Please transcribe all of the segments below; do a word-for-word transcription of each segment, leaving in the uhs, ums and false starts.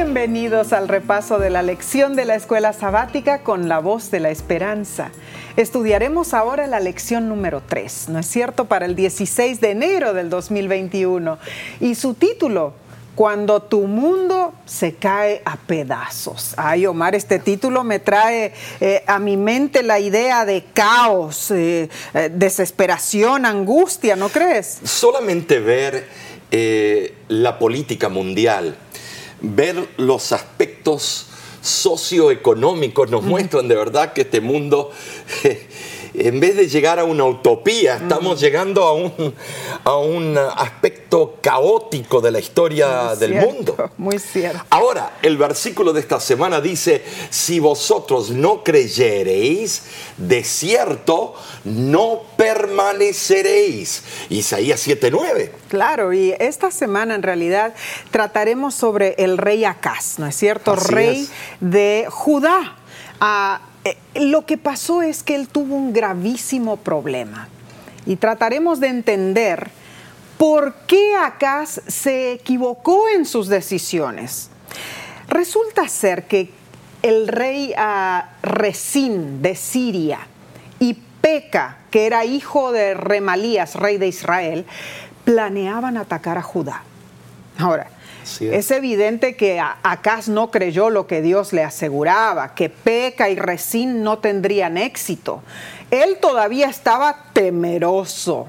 Bienvenidos al repaso de la lección de la escuela sabática con la voz de la esperanza. Estudiaremos ahora la lección número tres, ¿no es cierto?, para el dieciséis de enero del dos mil veintiuno. Y su título, Cuando tu mundo se cae a pedazos. Ay, Omar, este título me trae eh, a mi mente la idea de caos, eh, eh, desesperación, angustia, ¿no crees? Solamente ver eh, la política mundial, ver los aspectos socioeconómicos nos muestran de verdad que este mundo, eh, en vez de llegar a una utopía, estamos mm. llegando a un, a un aspecto caótico de la historia muy del cierto, mundo. Muy cierto. Ahora, el versículo de esta semana dice, si vosotros no creyereis, de cierto no permaneceréis. Isaías siete nueve. Claro, y esta semana en realidad trataremos sobre el rey Acaz, ¿no es cierto? Así rey es. de Judá. Ah, eh, lo que pasó es que él tuvo un gravísimo problema y trataremos de entender por qué Acaz se equivocó en sus decisiones. Resulta ser que el rey uh, Resín de Siria y Peca, que era hijo de Remalías, rey de Israel, planeaban atacar a Judá. Ahora, sí es. es evidente que Acaz no creyó lo que Dios le aseguraba, que Peca y Resín no tendrían éxito. Él todavía estaba temeroso.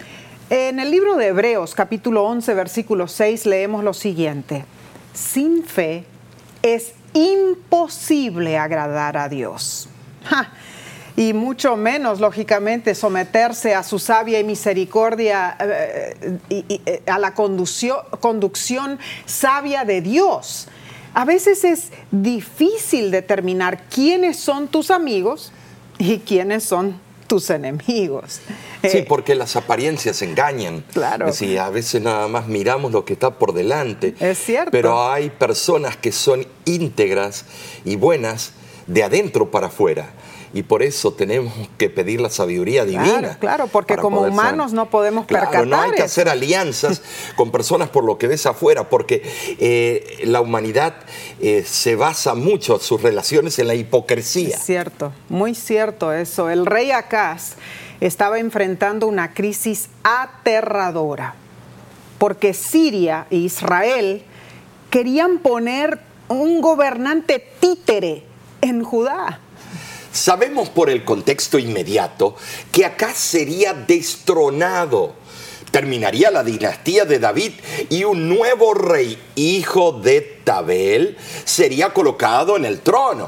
En el libro de Hebreos, capítulo once, versículo seis, leemos lo siguiente. Sin fe es imposible agradar a Dios. ¡Ja! Y mucho menos, lógicamente, someterse a su sabia y misericordia, eh, y, y, a la conducción, conducción sabia de Dios. A veces es difícil determinar quiénes son tus amigos y quiénes son tus enemigos. Sí, Eh, porque las apariencias engañan. Claro. Sí, a veces nada más miramos lo que está por delante. Es cierto. Pero hay personas que son íntegras y buenas de adentro para afuera. Y por eso tenemos que pedir la sabiduría divina. Claro, claro, porque como humanos no podemos percatar. Claro, no hay que eso. hacer alianzas con personas por lo que ves afuera, porque eh, la humanidad eh, se basa mucho sus relaciones en la hipocresía. Es cierto, muy cierto eso. El rey Acaz estaba enfrentando una crisis aterradora, porque Siria e Israel querían poner un gobernante títere en Judá. Sabemos por el contexto inmediato que Acaz sería destronado. Terminaría la dinastía de David y un nuevo rey, hijo de Tabel, sería colocado en el trono.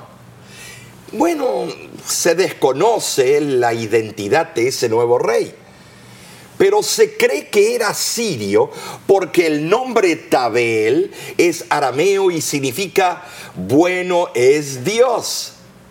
Bueno, se desconoce la identidad de ese nuevo rey, pero se cree que era sirio porque el nombre Tabel es arameo y significa bueno es Dios.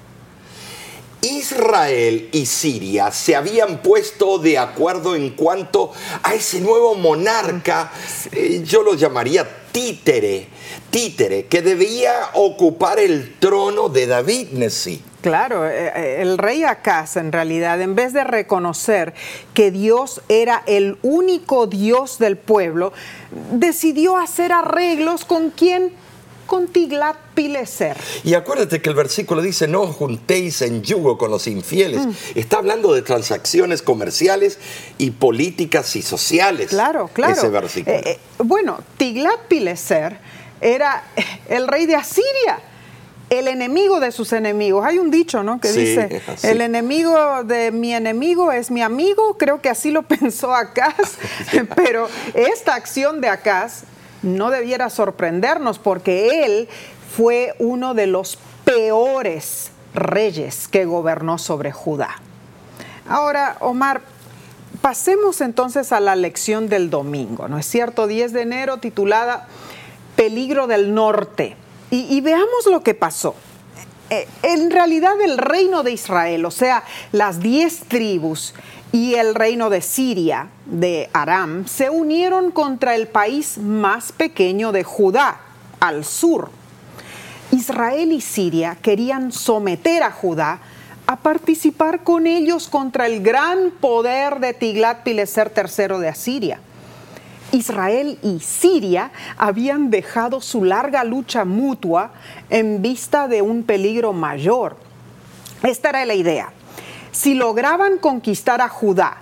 Israel y Siria se habían puesto de acuerdo en cuanto a ese nuevo monarca, eh, yo lo llamaría títere, títere, que debía ocupar el trono de David, Nesí. Claro, el rey Acaz en realidad, en vez de reconocer que Dios era el único Dios del pueblo, decidió hacer arreglos con quien con Tiglat-Pileser. Y acuérdate que el versículo dice, no os juntéis en yugo con los infieles. Mm. Está hablando de transacciones comerciales y políticas y sociales. Claro, claro. Ese versículo. Eh, eh, bueno, Tiglat-Pileser era el rey de Asiria, el enemigo de sus enemigos. Hay un dicho, ¿no?, que sí, dice, así. El enemigo de mi enemigo es mi amigo. Creo que así lo pensó Acaz. Pero esta acción de Acaz no debiera sorprendernos porque él fue uno de los peores reyes que gobernó sobre Judá. Ahora, Omar, pasemos entonces a la lección del domingo, ¿no es cierto? diez de enero, titulada Peligro del Norte. Y, y veamos lo que pasó. Eh, en realidad el reino de Israel, o sea, las diez tribus, y el reino de Siria, de Aram, se unieron contra el país más pequeño de Judá, al sur. Israel y Siria querían someter a Judá a participar con ellos contra el gran poder de Tiglat-Pileser tercero de Asiria. Israel y Siria habían dejado su larga lucha mutua en vista de un peligro mayor. Esta era la idea. Si lograban conquistar a Judá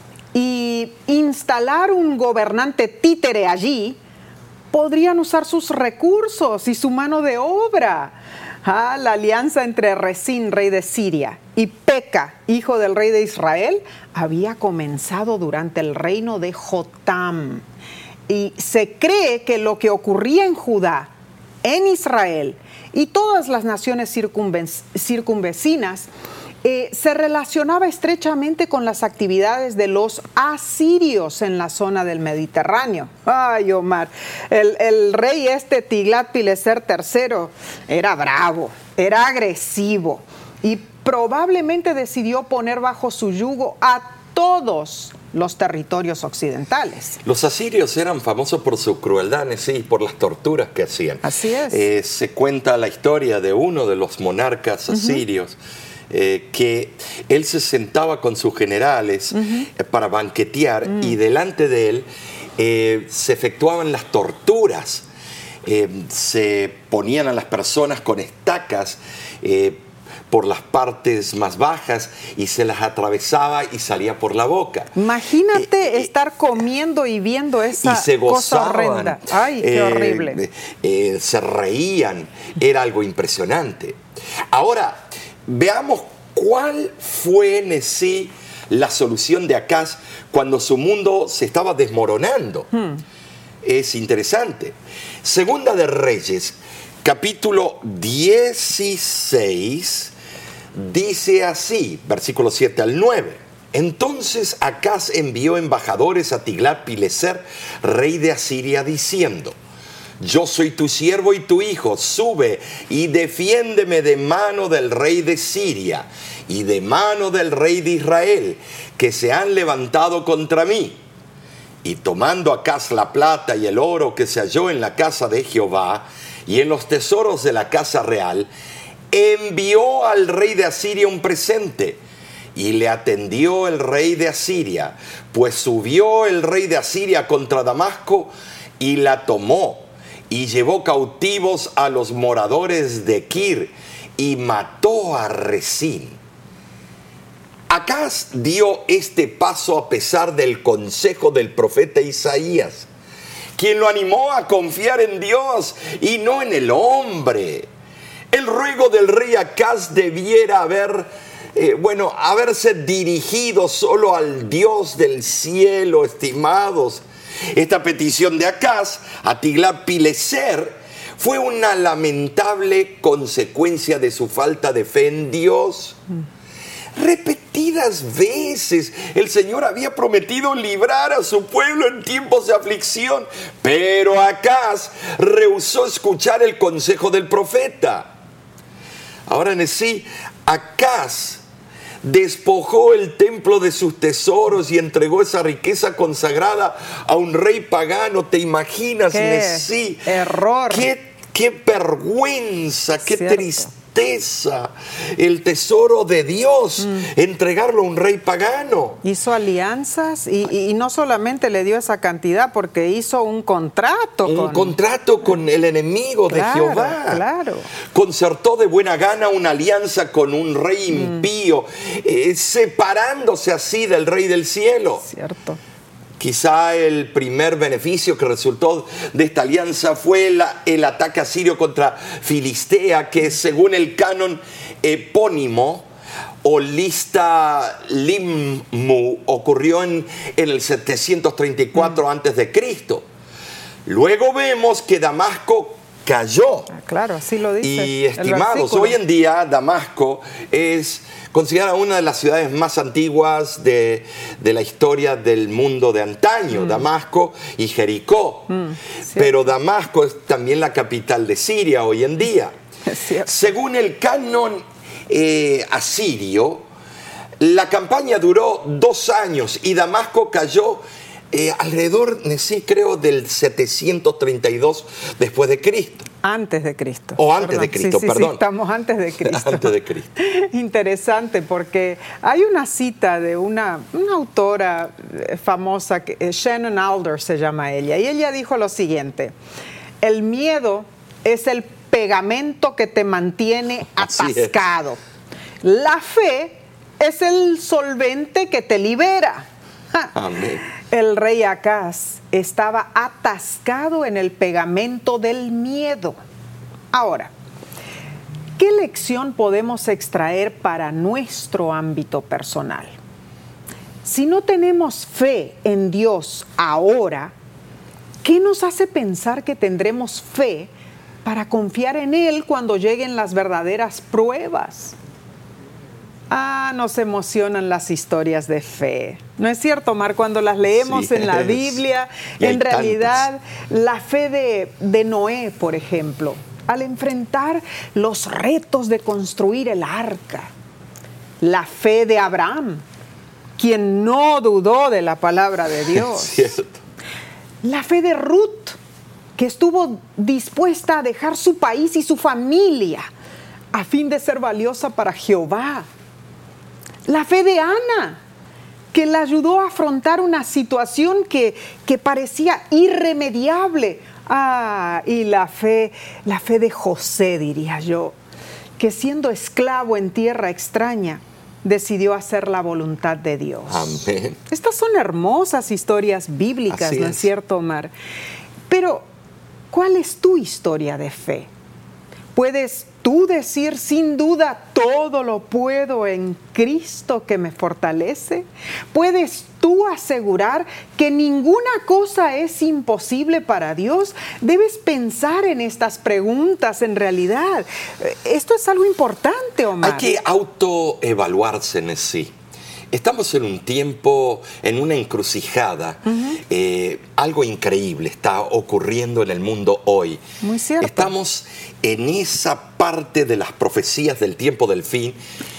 y instalar un gobernante títere allí, podrían usar sus recursos y su mano de obra. Ah, la alianza entre Resín, rey de Siria, y Peca, hijo del rey de Israel, había comenzado durante el reino de Jotam. Y se cree que lo que ocurría en Judá, en Israel y todas las naciones circunve- circunvecinas eh, se relacionaba estrechamente con las actividades de los asirios en la zona del Mediterráneo. Ay, Omar, el, el rey este Tiglat-Pileser tercero era bravo, era agresivo y probablemente decidió poner bajo su yugo a todos los territorios occidentales. Los asirios eran famosos por su crueldad, sí, y por las torturas que hacían. Así es. Eh, se cuenta la historia de uno de los monarcas asirios, uh-huh. eh, que él se sentaba con sus generales uh-huh. eh, para banquetear uh-huh. y delante de él eh, se efectuaban las torturas. Eh, se ponían a las personas con estacas eh, por las partes más bajas y se las atravesaba y salía por la boca. Imagínate eh, estar comiendo y viendo esa y se cosa gozaban, horrenda. Ay, qué eh, horrible. Eh, se reían, era algo impresionante. Ahora, veamos cuál fue en sí la solución de Acaz cuando su mundo se estaba desmoronando. Hmm. Es interesante. Segunda de Reyes, capítulo dieciséis, dice así, versículos siete al nueve. Entonces Acaz envió embajadores a Tiglat-Pileser, rey de Asiria, diciendo: yo soy tu siervo y tu hijo, sube y defiéndeme de mano del rey de Siria y de mano del rey de Israel, que se han levantado contra mí. Y tomando Acaz la plata y el oro que se halló en la casa de Jehová y en los tesoros de la casa real, envió al rey de Asiria un presente, y le atendió el rey de Asiria, pues subió el rey de Asiria contra Damasco y la tomó, y llevó cautivos a los moradores de Kir, y mató a Resín. Acaz dio este paso a pesar del consejo del profeta Isaías, quien lo animó a confiar en Dios y no en el hombre. El ruego del rey Acaz debiera haber, eh, bueno, haberse dirigido solo al Dios del cielo, estimados. Esta petición de Acaz a Tiglat-Pileser fue una lamentable consecuencia de su falta de fe en Dios. Repetidas veces el Señor había prometido librar a su pueblo en tiempos de aflicción, pero Acaz rehusó escuchar el consejo del profeta. Ahora en sí, Acaz despojó el templo de sus tesoros y entregó esa riqueza consagrada a un rey pagano. ¿Te imaginas, qué Nesí? error! ¡Qué, qué vergüenza! ¡Qué Cierto. tristeza! El tesoro de Dios, mm. entregarlo a un rey pagano. Hizo alianzas y, y no solamente le dio esa cantidad, porque hizo un contrato. Un con... contrato con el enemigo claro, de Jehová. Claro. Concertó de buena gana una alianza con un rey impío, mm. eh, separándose así del rey del cielo. Cierto. Quizá el primer beneficio que resultó de esta alianza fue la, el ataque asirio contra Filistea, que según el canon epónimo o lista Limmu ocurrió en, en el setecientos treinta y cuatro mm. antes de Cristo. Luego vemos que Damasco cayó. Ah, claro, así lo dice. Y estimados, hoy en día Damasco es considerada una de las ciudades más antiguas de, de la historia del mundo de antaño, mm. Damasco y Jericó. Mm, Pero Damasco es también la capital de Siria hoy en día. Según el canon eh, asirio, la campaña duró dos años y Damasco cayó eh, alrededor, sí, creo, del setecientos treinta y dos después de Cristo. Antes de Cristo. O antes perdón. de Cristo, sí, sí, perdón. Sí, estamos antes de Cristo. Antes de Cristo. Interesante, porque hay una cita de una, una autora famosa, que, Shannon Alder se llama ella, y ella dijo lo siguiente: el miedo es el pegamento que te mantiene atascado. La fe es el solvente que te libera. Amén. El rey Acaz estaba atascado en el pegamento del miedo. Ahora, ¿qué lección podemos extraer para nuestro ámbito personal? Si no tenemos fe en Dios ahora, ¿qué nos hace pensar que tendremos fe para confiar en Él cuando lleguen las verdaderas pruebas? Ah, nos emocionan las historias de fe. ¿No es cierto, Omar? Cuando las leemos sí, en la Biblia, en realidad, tantas. La fe de, de Noé, por ejemplo, al enfrentar los retos de construir el arca. La fe de Abraham, quien no dudó de la palabra de Dios. Cierto. La fe de Ruth, que estuvo dispuesta a dejar su país y su familia a fin de ser valiosa para Jehová. La fe de Ana, que la ayudó a afrontar una situación que, que parecía irremediable. Ah, y la fe, la fe de José, diría yo, que siendo esclavo en tierra extraña, decidió hacer la voluntad de Dios. Amén. Estas son hermosas historias bíblicas, ¿no es cierto, Omar? Pero, ¿cuál es tu historia de fe? ¿Puedes tú decir sin duda todo lo puedo en Cristo que me fortalece? ¿Puedes tú asegurar que ninguna cosa es imposible para Dios? Debes pensar en estas preguntas en realidad. Esto es algo importante, Omar. Hay que autoevaluarse en sí. Estamos en un tiempo, en una encrucijada. Uh-huh. eh, algo increíble está ocurriendo en el mundo hoy. Muy cierto. Estamos en esa parte de las profecías del tiempo del fin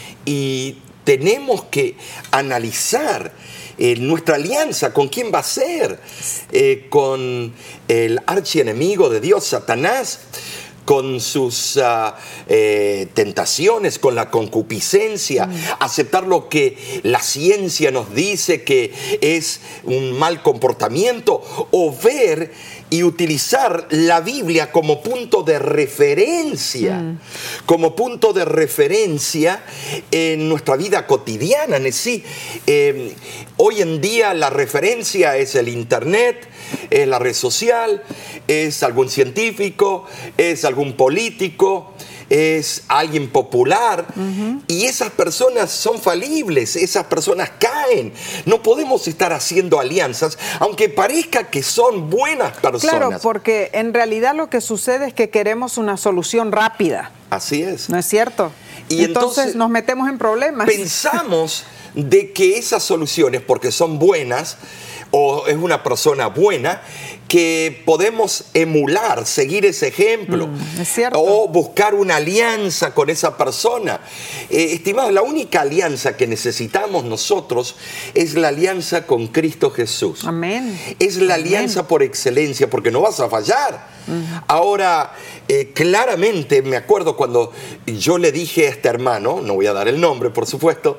y tenemos que analizar eh, nuestra alianza, con quién va a ser, eh, con el archienemigo de Dios, Satanás, con sus uh, eh, tentaciones, con la concupiscencia, mm. aceptar lo que la ciencia nos dice que es un mal comportamiento, o ver y utilizar la Biblia como punto de referencia, mm. como punto de referencia en nuestra vida cotidiana. Es decir, eh, hoy en día la referencia es el Internet, es la red social, es algún científico, es algún político, es alguien popular. Uh-huh. Y esas personas son falibles, esas personas caen. No podemos estar haciendo alianzas, aunque parezca que son buenas personas. Claro, porque en realidad lo que sucede es que queremos una solución rápida. Así es. ¿No es cierto? Y entonces, entonces nos metemos en problemas. Pensamos de que esas soluciones, porque son buenas, o es una persona buena, que podemos emular, seguir ese ejemplo, mm, es cierto. O buscar una alianza con esa persona. Eh, estimados, la única alianza que necesitamos nosotros es la alianza con Cristo Jesús. Amén. Es la Amén. alianza por excelencia, porque no vas a fallar. Mm. Ahora, eh, claramente me acuerdo cuando yo le dije a este hermano, no voy a dar el nombre, por supuesto,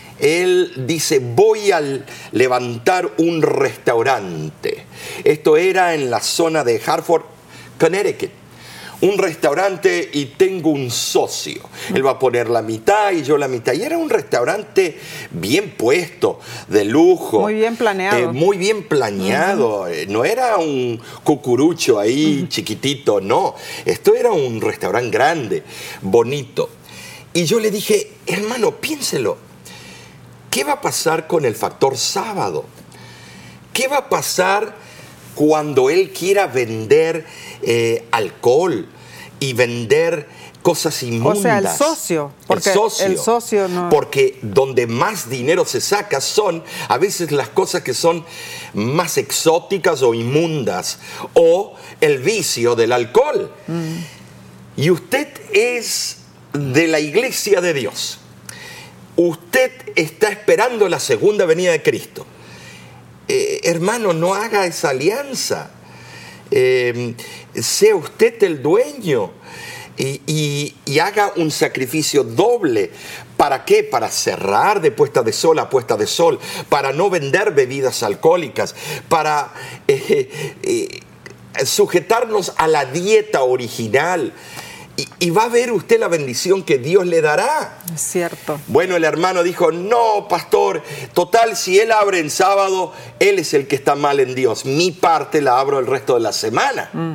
él dice, voy a levantar un restaurante. Esto era en la zona de Hartford, Connecticut. Un restaurante y tengo un socio. Él va a poner la mitad y yo la mitad. Y era un restaurante bien puesto, de lujo. Muy bien planeado. Eh, muy bien planeado. Uh-huh. No era un cucurucho ahí uh-huh. chiquitito, no. Esto era un restaurante grande, bonito. Y yo le dije, hermano, piénselo. ¿Qué va a pasar con el factor sábado? ¿Qué va a pasar cuando él quiera vender eh, alcohol y vender cosas inmundas? O sea, el socio. Porque el socio. El socio no... Porque donde más dinero se saca son a veces las cosas que son más exóticas o inmundas. O el vicio del alcohol. Mm. Y usted es de la iglesia de Dios. Usted está esperando la segunda venida de Cristo. eh, hermano, no haga esa alianza. Eh, sea usted el dueño y, y, y haga un sacrificio doble. ¿Para qué? Para cerrar de puesta de sol a puesta de sol, para no vender bebidas alcohólicas, para eh, eh, sujetarnos a la dieta original. Y, y va a ver usted la bendición que Dios le dará. Es cierto. Bueno, el hermano dijo, no, pastor, total, si él abre en sábado, él es el que está mal en Dios. Mi parte la abro el resto de la semana. Mm.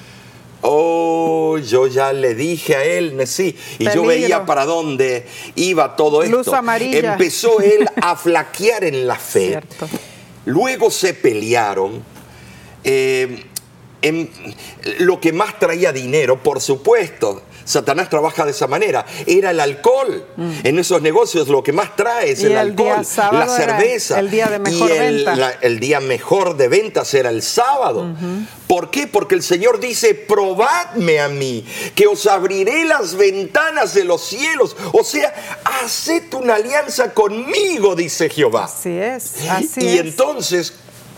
Oh, yo ya le dije a él, sí, y Peligro. Yo veía para dónde iba todo esto. Luz amarilla. Empezó él a flaquear en la fe. Cierto. Luego se pelearon. Eh, En lo que más traía dinero, por supuesto, Satanás trabaja de esa manera, era el alcohol. Mm. En esos negocios lo que más trae es y el, el alcohol, la cerveza. El día de mejor y el, venta. La, el día mejor de ventas era el sábado. Uh-huh. ¿Por qué? Porque el Señor dice, probadme a mí, que os abriré las ventanas de los cielos. O sea, haced una alianza conmigo, dice Jehová. Así es, así y es. entonces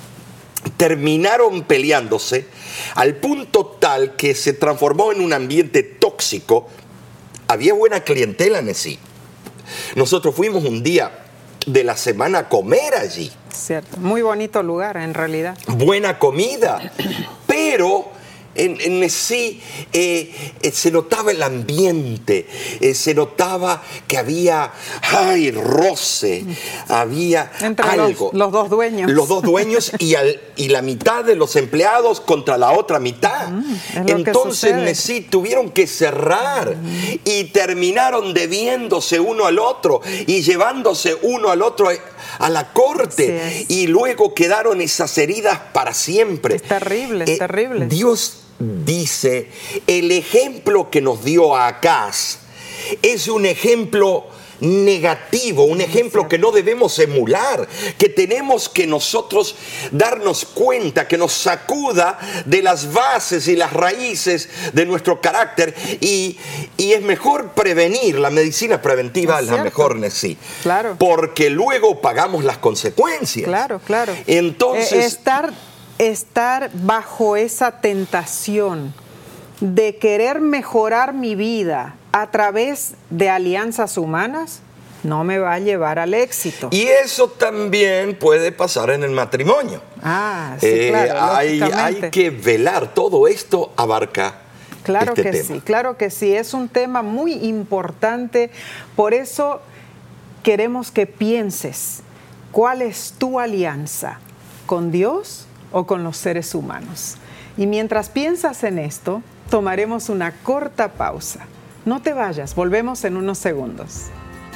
terminaron peleándose al punto tal que se transformó en un ambiente tóxico. Había buena clientela en sí. Nosotros fuimos un día de la semana a comer allí. Cierto, muy bonito lugar en realidad. Buena comida, pero en, en sí eh, eh, se notaba el ambiente, eh, se notaba que había ay, roce, había entre algo. Los, los dos dueños. Los dos dueños y, al, y la mitad de los empleados contra la otra mitad. Mm, Entonces en sí tuvieron que cerrar mm. y terminaron debiéndose uno al otro y llevándose uno al otro a la corte y luego quedaron esas heridas para siempre. Es terrible, es eh, terrible. Dios dice, el ejemplo que nos dio a Acaz es un ejemplo negativo, un ejemplo que no debemos emular, que tenemos que nosotros darnos cuenta, que nos sacuda de las bases y las raíces de nuestro carácter y, y es mejor prevenir, la medicina preventiva es la mejor en sí, claro. porque luego pagamos las consecuencias. Claro, claro. Entonces, eh, estar, estar bajo esa tentación de querer mejorar mi vida a través de alianzas humanas no me va a llevar al éxito. Y eso también puede pasar en el matrimonio. Ah, sí, eh, claro, hay, hay que velar, todo esto abarca claro este que tema. sí, claro que sí, es un tema muy importante, por eso queremos que pienses, ¿cuál es tu alianza? ¿Con Dios o con los seres humanos? Y mientras piensas en esto, tomaremos una corta pausa. No te vayas, volvemos en unos segundos.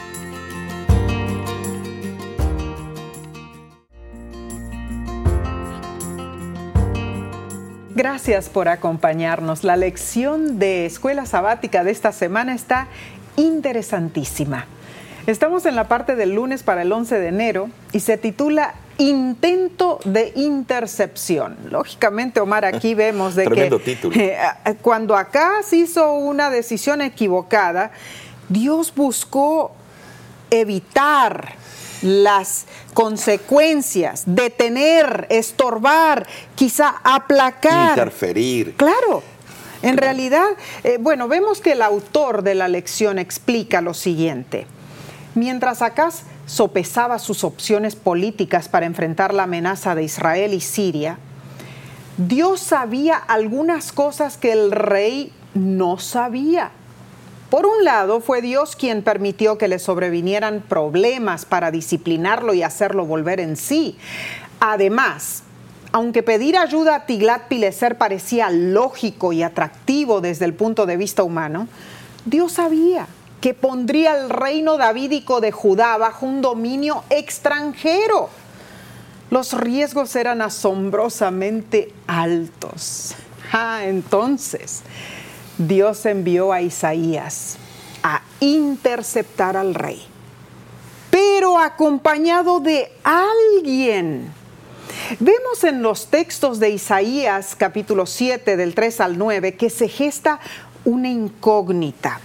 Gracias por acompañarnos. La lección de escuela sabática de esta semana está interesantísima. Estamos en la parte del lunes para el once de enero y se titula Intento de intercepción. Lógicamente, Omar, aquí vemos de Tremendo que título. Eh, cuando Acaz hizo una decisión equivocada, Dios buscó evitar las consecuencias, detener, estorbar, quizá aplacar. Interferir. Claro. En claro. realidad, eh, bueno, vemos que el autor de la lección explica lo siguiente. Mientras Acaz sopesaba sus opciones políticas para enfrentar la amenaza de Israel y Siria, Dios sabía algunas cosas que el rey no sabía. Por un lado, fue Dios quien permitió que le sobrevinieran problemas para disciplinarlo y hacerlo volver en sí. Además, aunque pedir ayuda a Tiglat-Pileser parecía lógico y atractivo desde el punto de vista humano, Dios sabía que pondría el reino davídico de Judá bajo un dominio extranjero. Los riesgos eran asombrosamente altos. Ah, entonces, Dios envió a Isaías a interceptar al rey, pero acompañado de alguien. Vemos en los textos de Isaías, capítulo siete, del tres al nueve, que se gesta una incógnita.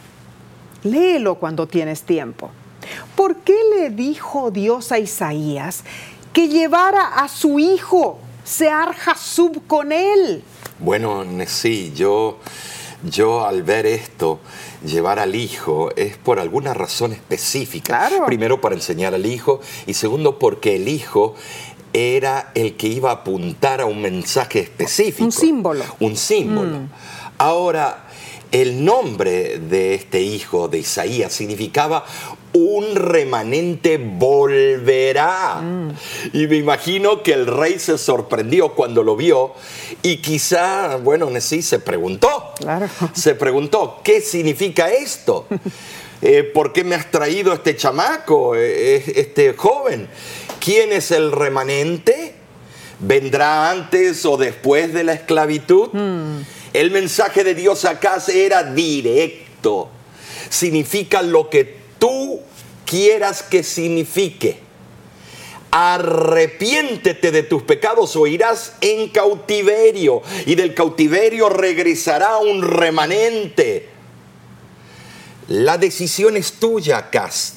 Léelo cuando tienes tiempo. ¿Por qué le dijo Dios a Isaías que llevara a su hijo, Sear Jasub, con él. Bueno, sí, yo, yo al ver esto, llevar al hijo, es por alguna razón específica. Claro. Primero, para enseñar al hijo, y segundo, porque el hijo era el que iba a apuntar a un mensaje específico. Un símbolo. Un símbolo. Mm. Ahora, el nombre de este hijo de Isaías significaba un remanente volverá. Mm. Y me imagino que el rey se sorprendió cuando lo vio y quizá, bueno, sí, se preguntó. Claro. Se preguntó, ¿qué significa esto? Eh, ¿Por qué me has traído este chamaco, eh, este joven? ¿Quién es el remanente? ¿Vendrá antes o después de la esclavitud? Mm. El mensaje de Dios acá era directo. Significa lo que tú quieras que signifique. Arrepiéntete de tus pecados o irás en cautiverio, y del cautiverio regresará un remanente. La decisión es tuya, Acaz.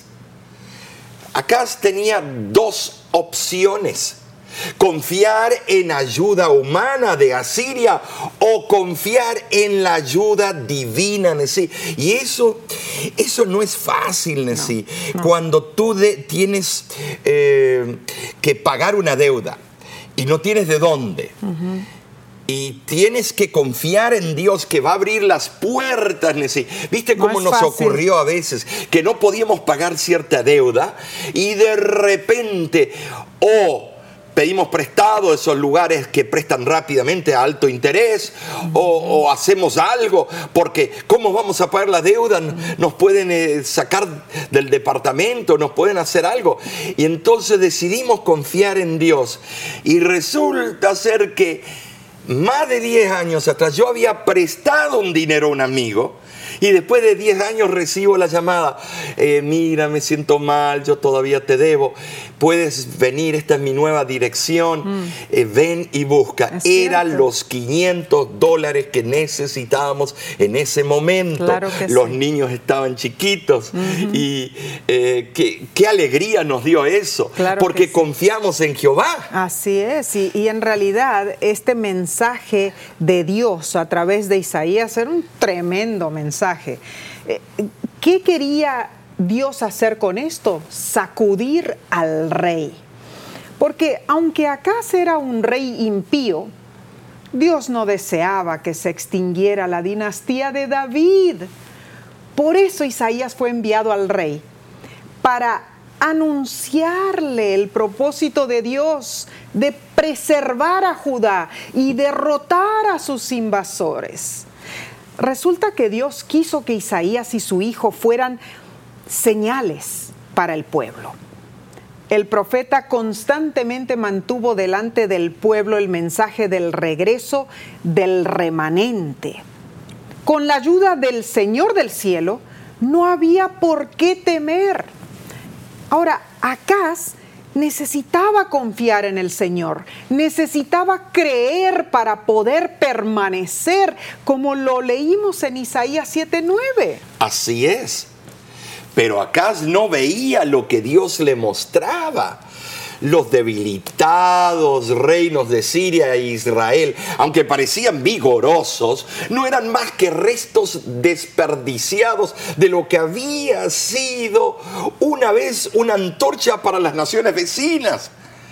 Acaz tenía dos opciones: confiar en ayuda humana de Asiria o confiar en la ayuda divina, Nesí. Y eso, eso no es fácil, Nesí. No, no. Cuando tú de, tienes eh, que pagar una deuda y no tienes de dónde. Uh-huh. Y tienes que confiar en Dios que va a abrir las puertas, Nesí. ¿Viste cómo no nos fácil. Ocurrió a veces que no podíamos pagar cierta deuda y de repente, oh, pedimos prestado esos lugares que prestan rápidamente a alto interés, uh-huh. o, o hacemos algo, porque ¿cómo vamos a pagar la deuda? Nos pueden eh, sacar del departamento, nos pueden hacer algo. Y entonces decidimos confiar en Dios. Y resulta ser que más de diez años atrás yo había prestado un dinero a un amigo. Y después de diez años recibo la llamada, eh, mira, me siento mal, yo todavía te debo, puedes venir, esta es mi nueva dirección, mm. eh, ven y busca. Eran los quinientos dólares que necesitábamos en ese momento. Claro que los sí. niños estaban chiquitos, uh-huh. y eh, qué, qué alegría nos dio eso, claro porque sí. confiamos en Jehová. Así es, y, y en realidad este mensaje de Dios a través de Isaías era un tremendo mensaje. ¿Qué quería Dios hacer con esto? Sacudir al rey. Porque aunque Acaz era un rey impío, Dios no deseaba que se extinguiera la dinastía de David. Por eso Isaías fue enviado al rey, para anunciarle el propósito de Dios de preservar a Judá y derrotar a sus invasores. Resulta que Dios quiso que Isaías y su hijo fueran señales para el pueblo. El profeta constantemente mantuvo delante del pueblo el mensaje del regreso del remanente. Con la ayuda del Señor del cielo, no había por qué temer. Ahora, Acaz necesitaba confiar en el Señor, necesitaba creer para poder permanecer, como lo leímos en Isaías siete nueve. Así es, pero Acaz no veía lo que Dios le mostraba. Los debilitados reinos de Siria e Israel, aunque parecían vigorosos, no eran más que restos desperdiciados de lo que había sido una vez una antorcha para las naciones vecinas.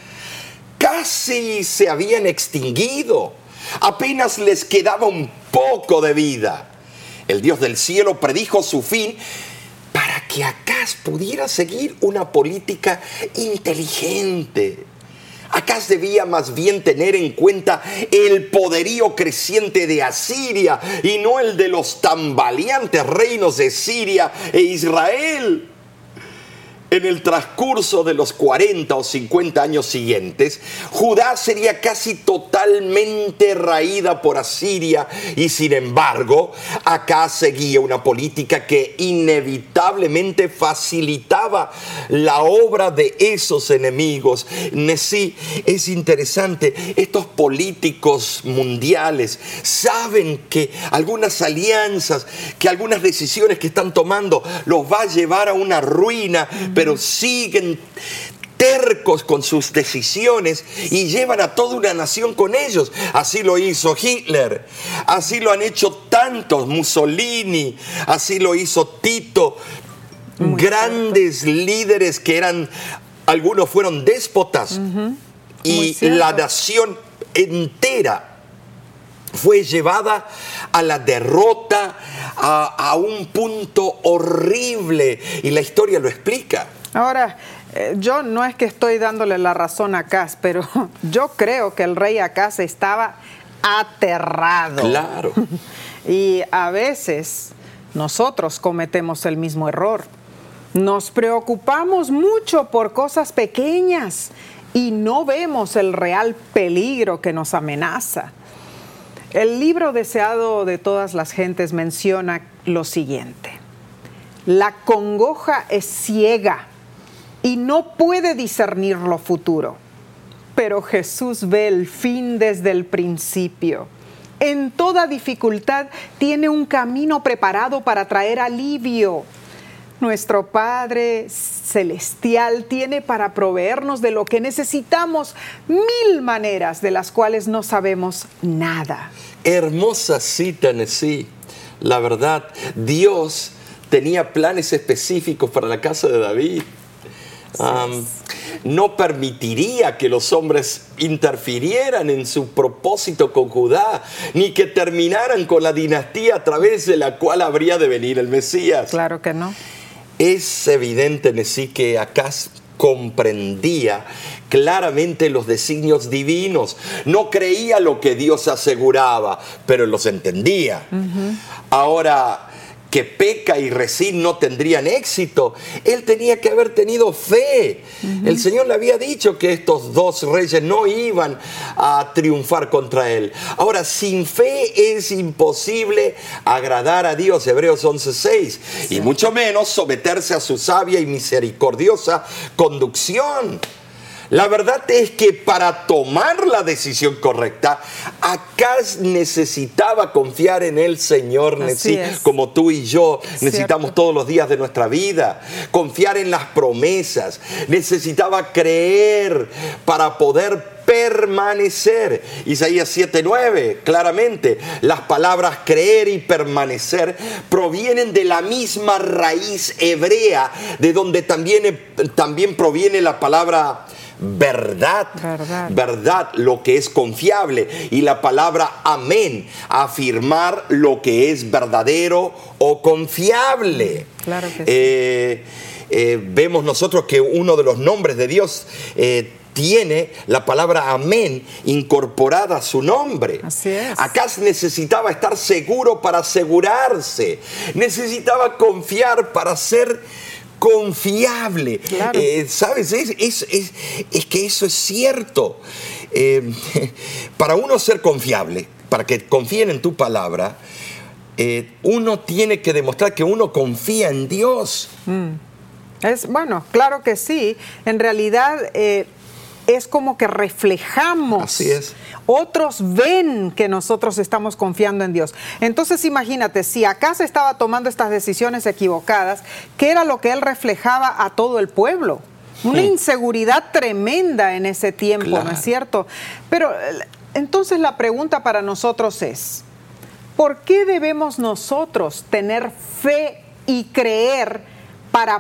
Casi se habían extinguido, apenas les quedaba un poco de vida. El Dios del cielo predijo su fin para que Acaz pudiera seguir una política inteligente. Acaz debía más bien tener en cuenta el poderío creciente de Asiria y no el de los tambaleantes reinos de Siria e Israel. En el transcurso de los cuarenta o cincuenta años siguientes, Judá sería casi totalmente raída por Asiria y, sin embargo, Acaz seguía una política que inevitablemente facilitaba la obra de esos enemigos. Sí, es interesante, estos políticos mundiales saben que algunas alianzas, que algunas decisiones que están tomando los va a llevar a una ruina, pero siguen tercos con sus decisiones y llevan a toda una nación con ellos. Así lo hizo Hitler, así lo han hecho tantos, Mussolini, así lo hizo Tito. Muy grandes cierto. Líderes que eran, algunos fueron déspotas, uh-huh. y la nación entera fue llevada a la derrota, a, a un punto horrible, y la historia lo explica. Ahora, eh, yo no es que estoy dándole la razón a Acaz, pero yo creo que el rey Acaz estaba aterrado. Claro. Y a veces nosotros cometemos el mismo error. Nos preocupamos mucho por cosas pequeñas y no vemos el real peligro que nos amenaza. El libro deseado de todas las gentes menciona lo siguiente: la congoja es ciega y no puede discernir lo futuro, pero Jesús ve el fin desde el principio. En toda dificultad tiene un camino preparado para traer alivio. Nuestro Padre Celestial tiene para proveernos de lo que necesitamos mil maneras de las cuales no sabemos nada. Hermosa cita, Nesí. La verdad, Dios tenía planes específicos para la casa de David. Um, no permitiría que los hombres interfirieran en su propósito con Judá, ni que terminaran con la dinastía a través de la cual habría de venir el Mesías. Claro que no. Es evidente, Nesí, que Acaz comprendía claramente los designios divinos. No creía lo que Dios aseguraba, pero los entendía. Uh-huh. Ahora, que Peca y Resín no tendrían éxito, él tenía que haber tenido fe. Uh-huh. El Señor le había dicho que estos dos reyes no iban a triunfar contra él. Ahora, sin fe es imposible agradar a Dios, Hebreos once seis, sí. Y mucho menos someterse a su sabia y misericordiosa conducción. La verdad es que para tomar la decisión correcta, Acaz necesitaba confiar en el Señor, Nesí, como tú y yo necesitamos Cierto. Todos los días de nuestra vida. Confiar en las promesas. Necesitaba creer para poder permanecer. Isaías siete nueve, claramente, las palabras creer y permanecer provienen de la misma raíz hebrea, de donde también, también proviene la palabra verdad, verdad, verdad, lo que es confiable, y la palabra amén, afirmar lo que es verdadero o confiable. Claro que sí. Eh, eh, vemos nosotros que uno de los nombres de Dios eh, tiene la palabra amén incorporada a su nombre. Así es. Acaz necesitaba estar seguro para asegurarse, necesitaba confiar para ser confiable. Claro. Eh, ¿Sabes? Es, es, es, es que eso es cierto. Eh, para uno ser confiable, para que confíen en tu palabra, eh, uno tiene que demostrar que uno confía en Dios. Mm. Es, bueno, claro que sí. En realidad eh, es como que reflejamos. Así es. Otros ven que nosotros estamos confiando en Dios. Entonces imagínate, si Acaz estaba tomando estas decisiones equivocadas, ¿qué era lo que él reflejaba a todo el pueblo? Una sí. inseguridad tremenda en ese tiempo, claro. ¿no es cierto? Pero entonces la pregunta para nosotros es, ¿por qué debemos nosotros tener fe y creer para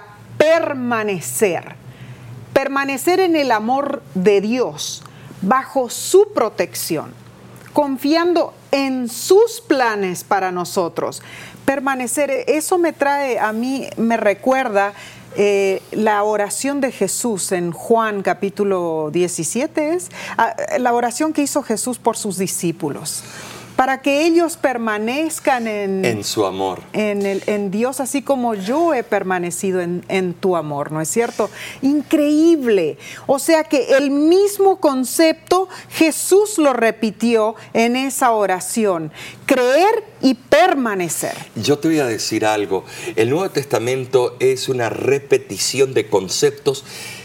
permanecer? Permanecer en el amor de Dios, bajo su protección, confiando en sus planes para nosotros. Permanecer, eso me trae a mí, me recuerda eh, la oración de Jesús en Juan capítulo diecisiete, es la oración que hizo Jesús por sus discípulos, para que ellos permanezcan en, en su amor, en, el, en Dios, así como yo he permanecido en, en tu amor, ¿no es cierto? Increíble. O sea que el mismo concepto Jesús lo repitió en esa oración: creer y permanecer. Yo te voy a decir algo. El Nuevo Testamento es una repetición de conceptos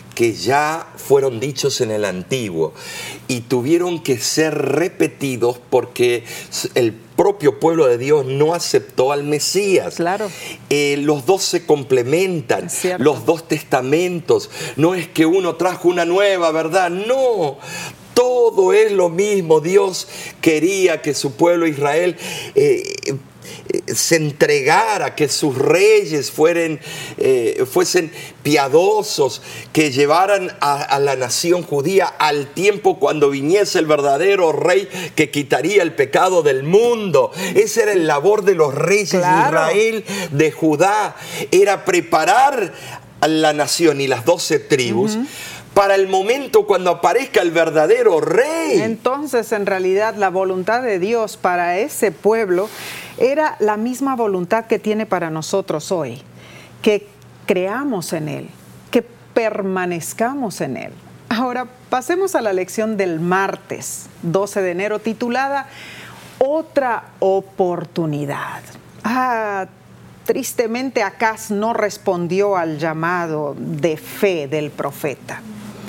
que ya fueron dichos en el Antiguo y tuvieron que ser repetidos porque el propio pueblo de Dios no aceptó al Mesías. Claro. Eh, los dos se complementan, los dos testamentos. No es que uno trajo una nueva verdad, no. Todo es lo mismo. Dios quería que su pueblo Israel eh, se entregara, que sus reyes fueran, eh, fuesen piadosos, que llevaran a, a la nación judía al tiempo cuando viniese el verdadero rey que quitaría el pecado del mundo. Esa era el labor de los reyes Claro. de Israel, de Judá, era preparar a la nación y las doce tribus uh-huh. para el momento cuando aparezca el verdadero rey. Entonces, en realidad, la voluntad de Dios para ese pueblo era la misma voluntad que tiene para nosotros hoy, que creamos en Él, que permanezcamos en Él. Ahora, pasemos a la lección del martes, doce de enero, titulada Otra oportunidad. Ah, tristemente, Acaz no respondió al llamado de fe del profeta.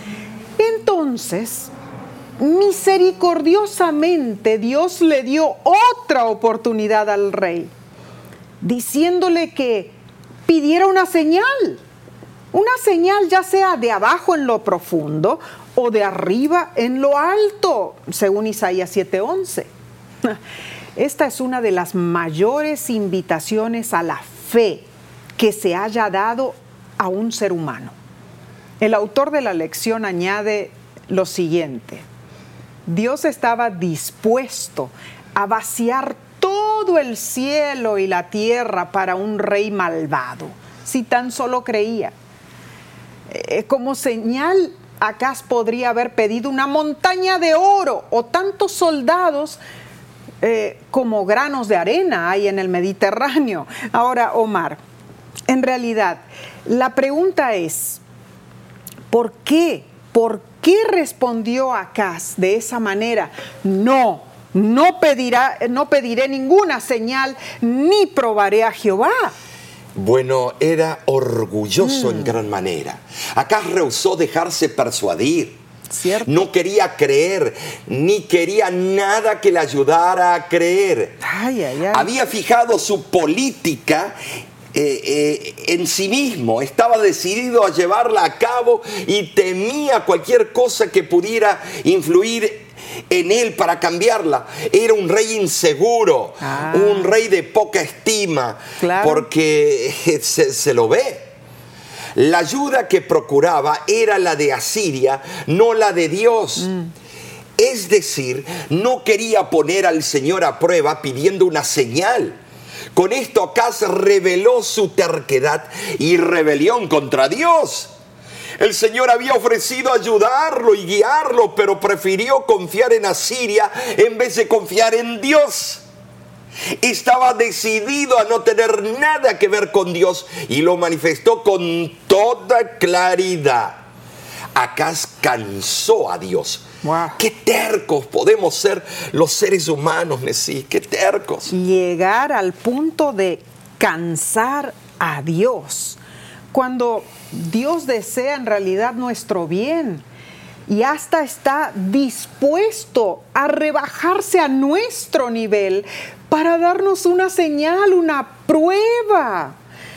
Entonces, misericordiosamente Dios le dio otra oportunidad al rey, diciéndole que pidiera una señal, una señal ya sea de abajo en lo profundo o de arriba en lo alto, según Isaías siete once. Esta es una de las mayores invitaciones a la fe que se haya dado a un ser humano. El autor de la lección añade lo siguiente: Dios estaba dispuesto a vaciar todo el cielo y la tierra para un rey malvado, si tan solo creía. Eh, como señal, Acaz podría haber pedido una montaña de oro o tantos soldados eh, como granos de arena hay en el Mediterráneo. Ahora, Omar, en realidad, la pregunta es, ¿por qué? ¿Por qué respondió Acaz de esa manera? No, no, pedirá, no pediré ninguna señal ni probaré a Jehová. Bueno, era orgulloso mm. en gran manera. Acaz rehusó dejarse persuadir. ¿Cierto? No quería creer, ni quería nada que le ayudara a creer. Ay, ay, ay. Había fijado su política Eh, eh, en sí mismo, estaba decidido a llevarla a cabo y temía cualquier cosa que pudiera influir en él para cambiarla. Era un rey inseguro, ah. un rey de poca estima, claro. porque se, se lo ve. La ayuda que procuraba era la de Asiria, no la de Dios. Mm. Es decir, no quería poner al Señor a prueba pidiendo una señal. Con esto Acaz reveló su terquedad y rebelión contra Dios. El Señor había ofrecido ayudarlo y guiarlo, pero prefirió confiar en Asiria en vez de confiar en Dios. Estaba decidido a no tener nada que ver con Dios y lo manifestó con toda claridad. Acaz cansó a Dios. Wow. Qué tercos podemos ser los seres humanos, Messi, qué tercos. Llegar al punto de cansar a Dios, cuando Dios desea en realidad nuestro bien y hasta está dispuesto a rebajarse a nuestro nivel para darnos una señal, una prueba.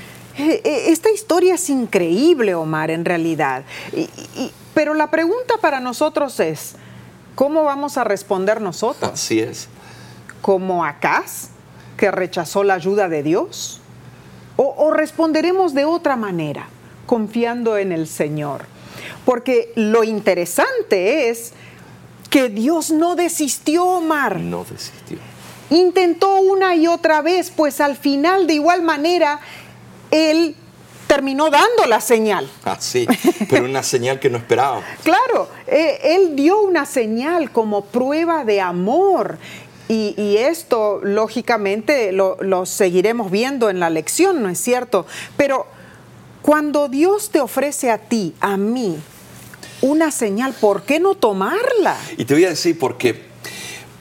Esta historia es increíble, Omar, en realidad. Y, y, pero la pregunta para nosotros es, ¿cómo vamos a responder nosotros? Así es. ¿Como Acaz, que rechazó la ayuda de Dios? ¿O, o responderemos de otra manera, confiando en el Señor? Porque lo interesante es que Dios no desistió, Omar. No desistió. Intentó una y otra vez, pues al final, de igual manera, Él terminó dando la señal. Ah, sí, pero una señal que no esperaba. Claro, eh, Él dio una señal como prueba de amor. Y, y esto, lógicamente, lo, lo seguiremos viendo en la lección, ¿no es cierto? Pero cuando Dios te ofrece a ti, a mí, una señal, ¿por qué no tomarla? Y te voy a decir por qué.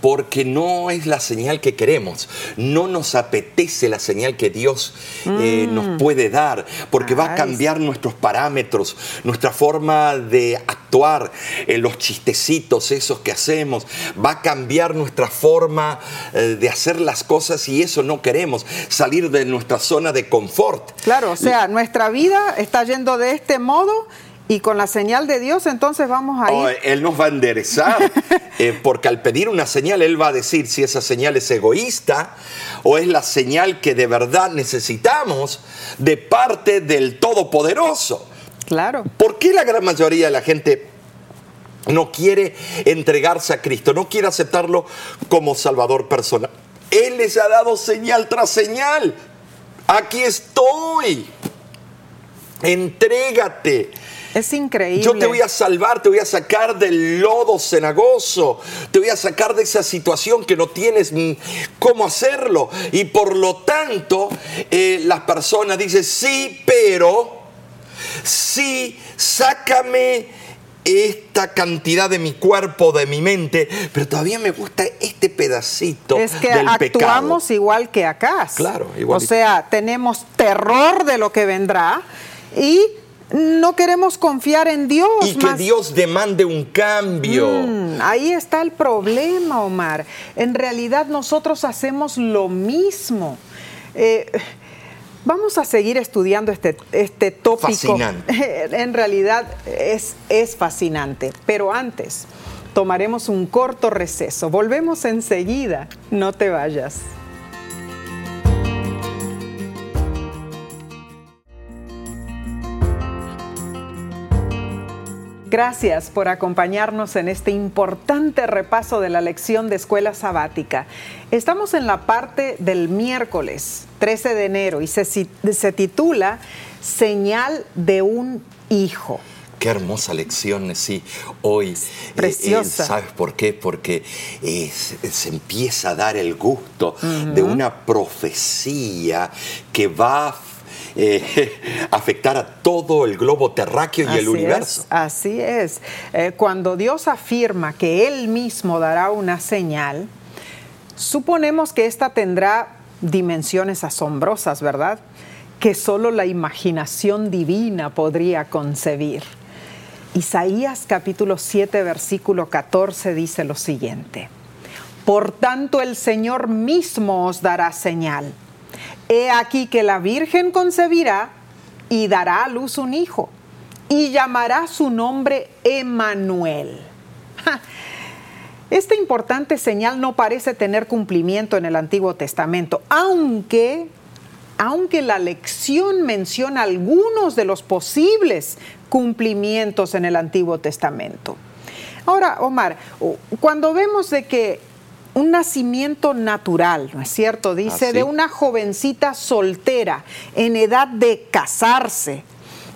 porque no es la señal que queremos. No nos apetece la señal que Dios eh, mm. nos puede dar, porque Ay. va a cambiar nuestros parámetros, nuestra forma de actuar, eh, los chistecitos esos que hacemos. Va a cambiar nuestra forma eh, de hacer las cosas y eso no queremos, salir de nuestra zona de confort. Claro, o sea, nuestra vida está yendo de este modo y con la señal de Dios entonces vamos a ir. Oh, él nos va a enderezar, eh, porque al pedir una señal, Él va a decir si esa señal es egoísta o es la señal que de verdad necesitamos de parte del Todopoderoso. Claro. ¿Por qué la gran mayoría de la gente no quiere entregarse a Cristo, no quiere aceptarlo como Salvador personal? Él les ha dado señal tras señal. Aquí estoy. Entrégate. Es increíble. Yo te voy a salvar, te voy a sacar del lodo cenagoso, te voy a sacar de esa situación que no tienes cómo hacerlo. Y por lo tanto, eh, las personas dicen, sí, pero, sí, sácame esta cantidad de mi cuerpo, de mi mente, pero todavía me gusta este pedacito del pecado. Es que actuamos igual que Acaz. Claro, igual. O sea, tenemos terror de lo que vendrá y no queremos confiar en Dios. Y que más. Dios demande un cambio. Mm, ahí está el problema, Omar. En realidad nosotros hacemos lo mismo. Eh, vamos a seguir estudiando este, este tópico. Fascinante. En realidad es, es fascinante. Pero antes, tomaremos un corto receso. Volvemos enseguida. No te vayas. Gracias por acompañarnos en este importante repaso de la lección de Escuela Sabática. Estamos en la parte del miércoles trece de enero y se, se titula Señal de un hijo. Qué hermosa lección, sí, hoy. Preciosa. Eh, eh, ¿Sabes por qué? Porque eh, se, se empieza a dar el gusto uh-huh. de una profecía que va a Eh, afectar a todo el globo terráqueo y así el universo. Es, así es. Eh, cuando Dios afirma que Él mismo dará una señal, suponemos que ésta tendrá dimensiones asombrosas, ¿verdad? Que solo la imaginación divina podría concebir. Isaías capítulo siete, versículo catorce dice lo siguiente: Por tanto el Señor mismo os dará señal. He aquí que la Virgen concebirá y dará a luz un hijo, y llamará su nombre Emmanuel. ¡Ja! Esta importante señal no parece tener cumplimiento en el Antiguo Testamento, aunque, aunque la lección menciona algunos de los posibles cumplimientos en el Antiguo Testamento. Ahora, Omar, cuando vemos de que un nacimiento natural, ¿no es cierto? Dice, ¿Ah, sí? de una jovencita soltera en edad de casarse.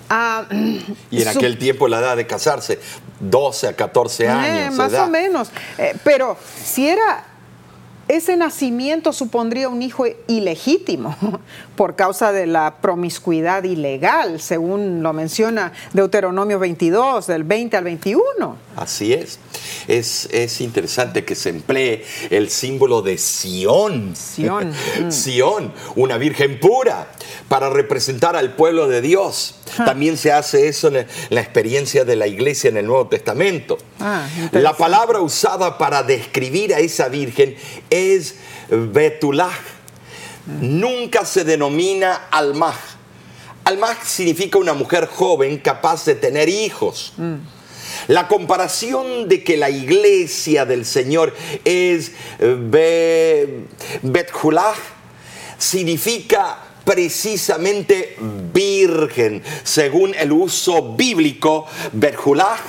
Uh, y en su... aquel tiempo la edad de casarse, doce a catorce años. Eh, más edad. o menos. Eh, pero si era... Ese nacimiento supondría un hijo ilegítimo por causa de la promiscuidad ilegal, según lo menciona Deuteronomio veintidós, del veinte al veintiuno. Así es. Es, es interesante que se emplee el símbolo de Sión. Sión. Mm. Sión, una virgen pura, para representar al pueblo de Dios. Ah. También se hace eso en la experiencia de la iglesia en el Nuevo Testamento. Ah, la palabra usada para describir a esa virgen es Betulah. Mm. Nunca se denomina Almaj. Almaj significa una mujer joven capaz de tener hijos. Mm. La comparación de que la iglesia del Señor es Be, Bethulah significa precisamente virgen. Según el uso bíblico, Bethulah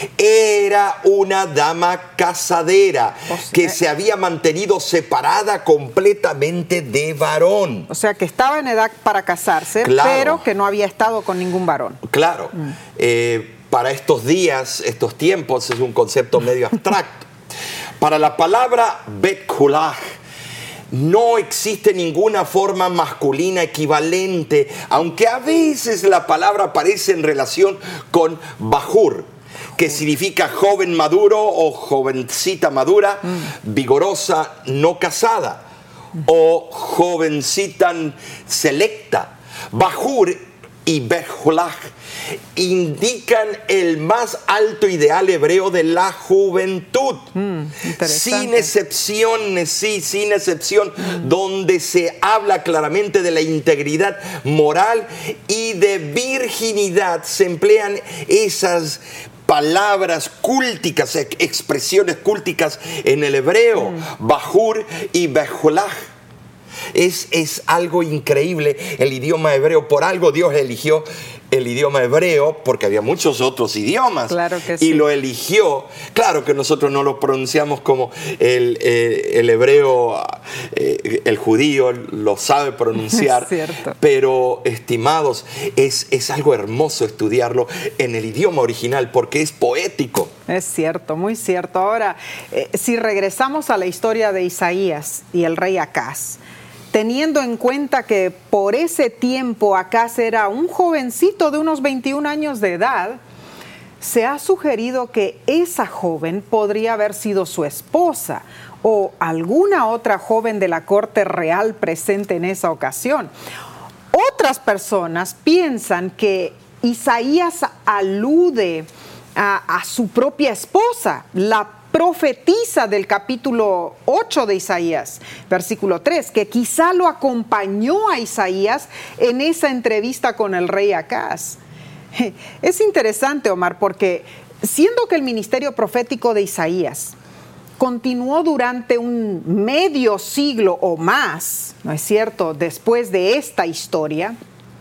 era una dama casadera o sea, que se había mantenido separada completamente de varón. O sea, que estaba en edad para casarse, claro, pero que no había estado con ningún varón. Claro. Mm. Eh, para estos días, estos tiempos, es un concepto medio abstracto. Para la palabra Bethulah no existe ninguna forma masculina equivalente, aunque a veces la palabra aparece en relación con Bajur. que significa joven maduro o jovencita madura, mm. vigorosa, no casada, mm. o jovencita selecta. Bajur y Bejolaj indican el más alto ideal hebreo de la juventud, mm, sin excepción, sí, sin excepción, mm. donde se habla claramente de la integridad moral y de virginidad. Se emplean esas palabras cúlticas, expresiones cúlticas en el hebreo, mm. Bajur y Bejolaj. Es, es algo increíble el idioma hebreo. Por algo Dios eligió el idioma hebreo, porque había muchos otros idiomas. Claro que sí. Y lo eligió. Claro que nosotros no lo pronunciamos como el, eh, el hebreo, eh, el judío lo sabe pronunciar. Es cierto. Pero, estimados, es, es algo hermoso estudiarlo en el idioma original, porque es poético. Es cierto, muy cierto. Ahora, eh, si regresamos a la historia de Isaías y el rey Acaz, teniendo en cuenta que por ese tiempo Acaz era un jovencito de unos veintiún años de edad, se ha sugerido que esa joven podría haber sido su esposa o alguna otra joven de la corte real presente en esa ocasión. Otras personas piensan que Isaías alude a, a su propia esposa, la profetiza del capítulo ocho de Isaías, versículo tres, que quizá lo acompañó a Isaías en esa entrevista con el rey Acaz. Es interesante, Omar, porque siendo que el ministerio profético de Isaías continuó durante un medio siglo o más, ¿no es cierto?, después de esta historia,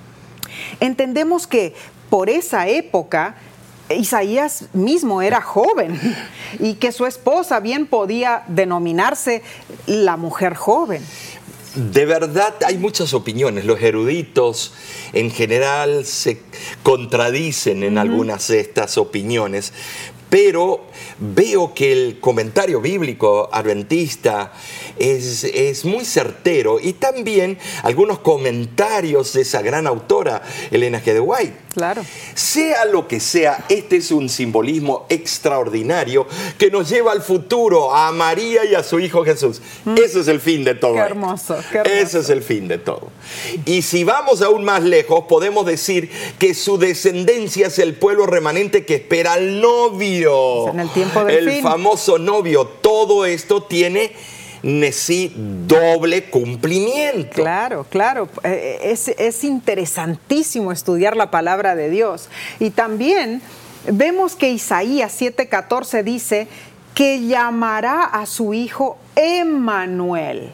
entendemos que por esa época Isaías mismo era joven y que su esposa bien podía denominarse la mujer joven. De verdad hay muchas opiniones. Los eruditos en general se contradicen en uh-huh. algunas de estas opiniones, pero veo que el comentario bíblico adventista es, es muy certero, y también algunos comentarios de esa gran autora, Elena G. de White. Claro. Sea lo que sea, este es un simbolismo extraordinario que nos lleva al futuro, a María y a su hijo Jesús. Mm. Ese es el fin de todo. Qué hermoso, qué hermoso. Ese es el fin de todo. Y si vamos aún más lejos, podemos decir que su descendencia es el pueblo remanente que espera al novio. En el tiempo del el fin. famoso novio. Todo esto tiene sí doble cumplimiento. Claro, claro. Es, es interesantísimo estudiar la palabra de Dios. Y también vemos que Isaías siete catorce dice que llamará a su hijo Emmanuel.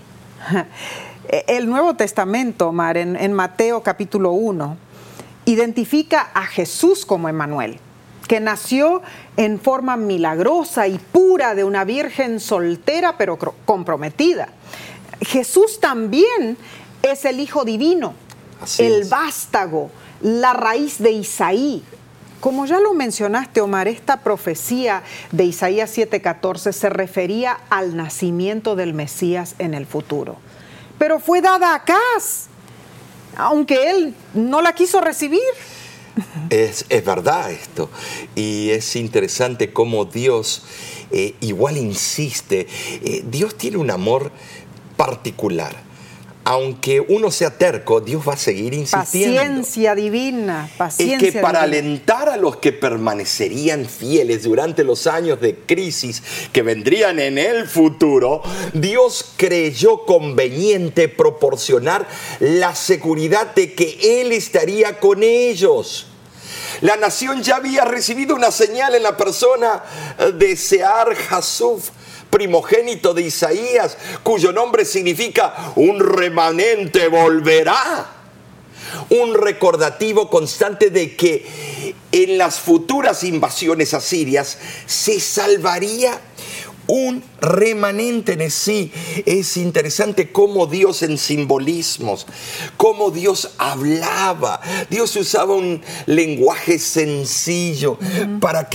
El Nuevo Testamento, Omar, en, en Mateo capítulo uno, identifica a Jesús como Emmanuel, que nació en forma milagrosa y pura de una virgen soltera pero comprometida. Jesús también es el Hijo Divino, Así el es. vástago, la raíz de Isaí. Como ya lo mencionaste, Omar, esta profecía de Isaías siete catorce se refería al nacimiento del Mesías en el futuro. Pero fue dada a Acaz, aunque él no la quiso recibir. Es, es verdad esto, y es interesante cómo Dios eh, igual insiste. Eh, Dios tiene un amor particular. Aunque uno sea terco, Dios va a seguir insistiendo. Paciencia divina, paciencia Es que para divina. alentar a los que permanecerían fieles durante los años de crisis que vendrían en el futuro, Dios creyó conveniente proporcionar la seguridad de que Él estaría con ellos. La nación ya había recibido una señal en la persona de Sear Jasuf, primogénito de Isaías, cuyo nombre significa un remanente volverá. Un recordativo constante de que en las futuras invasiones asirias se salvaría un remanente en sí. Es interesante cómo Dios en simbolismos, cómo Dios hablaba. Dios usaba un lenguaje sencillo uh-huh. para que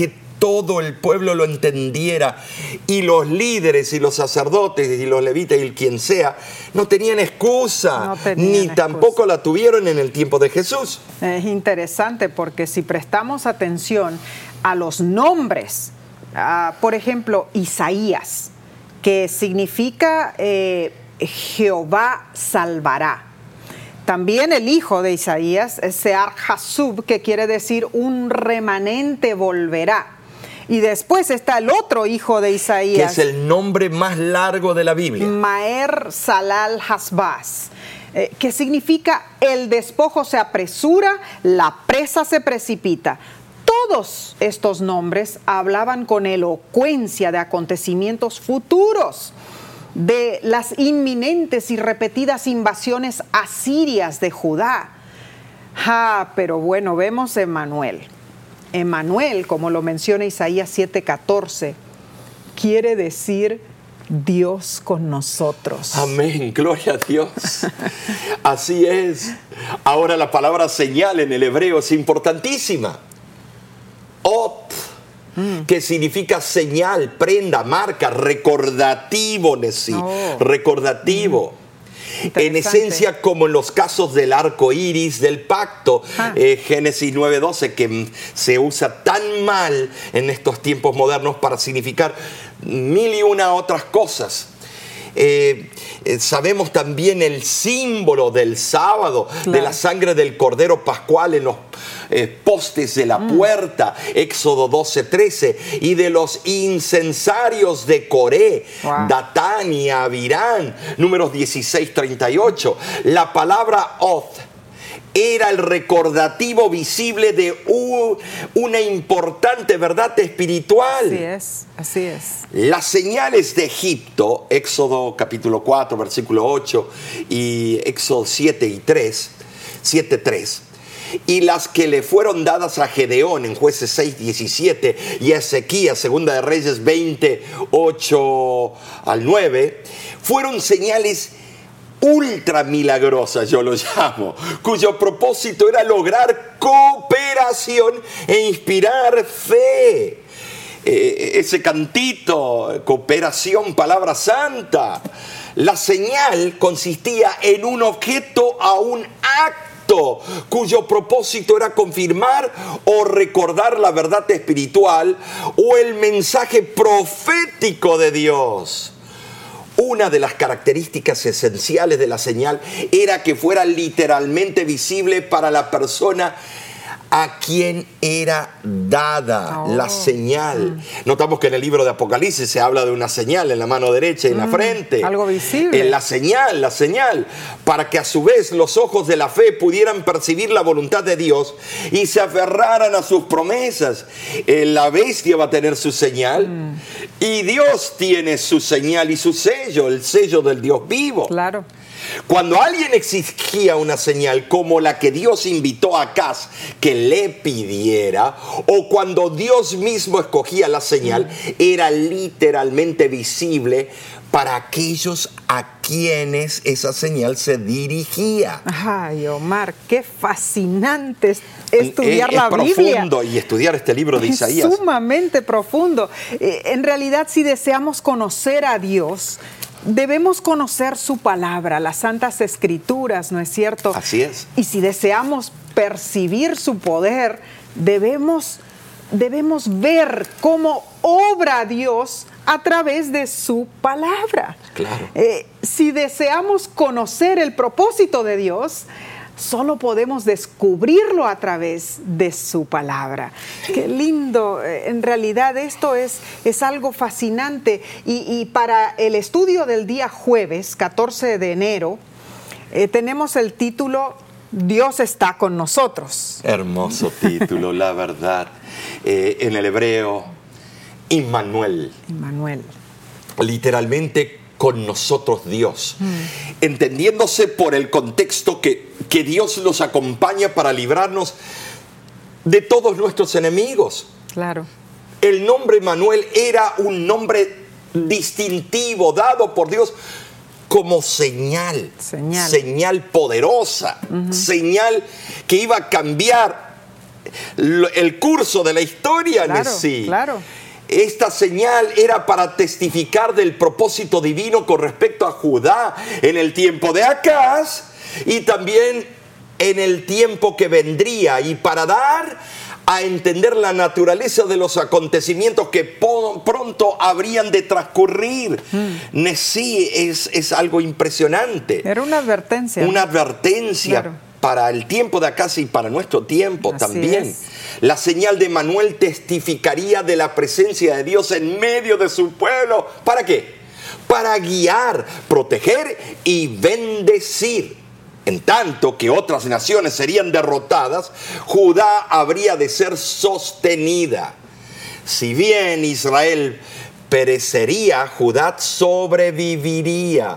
todo el pueblo lo entendiera. Y los líderes y los sacerdotes y los levitas y quien sea no tenían excusa, No tenían ni excusa. tampoco la tuvieron en el tiempo de Jesús. Es interesante porque si prestamos atención a los nombres, uh, por ejemplo, Isaías, que significa eh, Jehová salvará. También el hijo de Isaías es Sear Jasub, que quiere decir un remanente volverá. Y después está el otro hijo de Isaías, Que es el nombre más largo de la Biblia. Maher Salal Hasbaz, eh, que significa el despojo se apresura, la presa se precipita. Todos estos nombres hablaban con elocuencia de acontecimientos futuros, de las inminentes y repetidas invasiones asirias de Judá. Ah, pero bueno, vemos Emmanuel. Emmanuel, como lo menciona Isaías siete catorce, quiere decir Dios con nosotros. Amén, gloria a Dios. Así es. Ahora la palabra señal en el hebreo es importantísima. Ot, mm. que significa señal, prenda, marca, recordativo, Nesí, Oh. recordativo. Mm. En esencia, como en los casos del arco iris del pacto, ah. eh, Génesis nueve doce, que se usa tan mal en estos tiempos modernos para significar mil y una otras cosas. Eh, eh, sabemos también el símbolo del sábado, claro. de la sangre del Cordero Pascual en los eh, postes de la mm. puerta, Éxodo doce trece, y de los incensarios de Coré, wow. Datán y Abirán, números dieciséis treinta y ocho. La palabra Oth era el recordativo visible de un, una importante verdad espiritual. Así es, así es. Las señales de Egipto, Éxodo capítulo cuatro, versículo ocho, y Éxodo siete y tres, siete tres, y las que le fueron dadas a Gedeón en Jueces seis diecisiete y a Ezequías, segunda de Reyes veinte, ocho al nueve, fueron señales ultra milagrosa, yo lo llamo, cuyo propósito era lograr cooperación e inspirar fe. Eh, ese cantito, cooperación, palabra santa. La señal consistía en un objeto a un acto, cuyo propósito era confirmar o recordar la verdad espiritual o el mensaje profético de Dios. Una de las características esenciales de la señal era que fuera literalmente visible para la persona a quien era dada oh. la señal. Mm. Notamos que en el libro de Apocalipsis se habla de una señal en la mano derecha y en mm. la frente. Algo visible. En la señal, la señal, para que a su vez los ojos de la fe pudieran percibir la voluntad de Dios y se aferraran a sus promesas. Eh, la bestia va a tener su señal mm. y Dios tiene su señal y su sello, el sello del Dios vivo. Claro. Cuando alguien exigía una señal como la que Dios invitó a Acaz que le pidiera, o cuando Dios mismo escogía la señal, era literalmente visible para aquellos a quienes esa señal se dirigía. Ay, Omar, qué fascinante es estudiar es, la es Biblia. profundo y estudiar este libro de es Isaías. Sumamente profundo. Eh, en realidad, si deseamos conocer a Dios, debemos conocer su palabra, las Santas Escrituras, ¿no es cierto? Así es. Y si deseamos percibir su poder, debemos, debemos ver cómo obra Dios a través de su palabra. Claro. Eh, si deseamos conocer el propósito de Dios, solo podemos descubrirlo a través de su palabra. Qué lindo. En realidad esto es, es algo fascinante. Y, y para el estudio del día jueves, catorce de enero, eh, tenemos el título Dios está con nosotros. Hermoso título, la verdad. Eh, en el hebreo, Immanuel. Immanuel. Literalmente, con nosotros Dios, mm. entendiéndose por el contexto que, que Dios nos acompaña para librarnos de todos nuestros enemigos. Claro. El nombre Manuel era un nombre distintivo dado por Dios como señal, señal, señal poderosa, uh-huh. señal que iba a cambiar el curso de la historia, Claro, Nesí. claro. Esta señal era para testificar del propósito divino con respecto a Judá en el tiempo de Acaz y también en el tiempo que vendría, y para dar a entender la naturaleza de los acontecimientos que pronto habrían de transcurrir. Mm. Nesí es, es algo impresionante. Era una advertencia. Una advertencia. Claro. Para el tiempo de Acaz y para nuestro tiempo Así también. Es. La señal de Manuel testificaría de la presencia de Dios en medio de su pueblo. ¿Para qué? Para guiar, proteger y bendecir. En tanto que otras naciones serían derrotadas, Judá habría de ser sostenida. Si bien Israel perecería, Judá sobreviviría.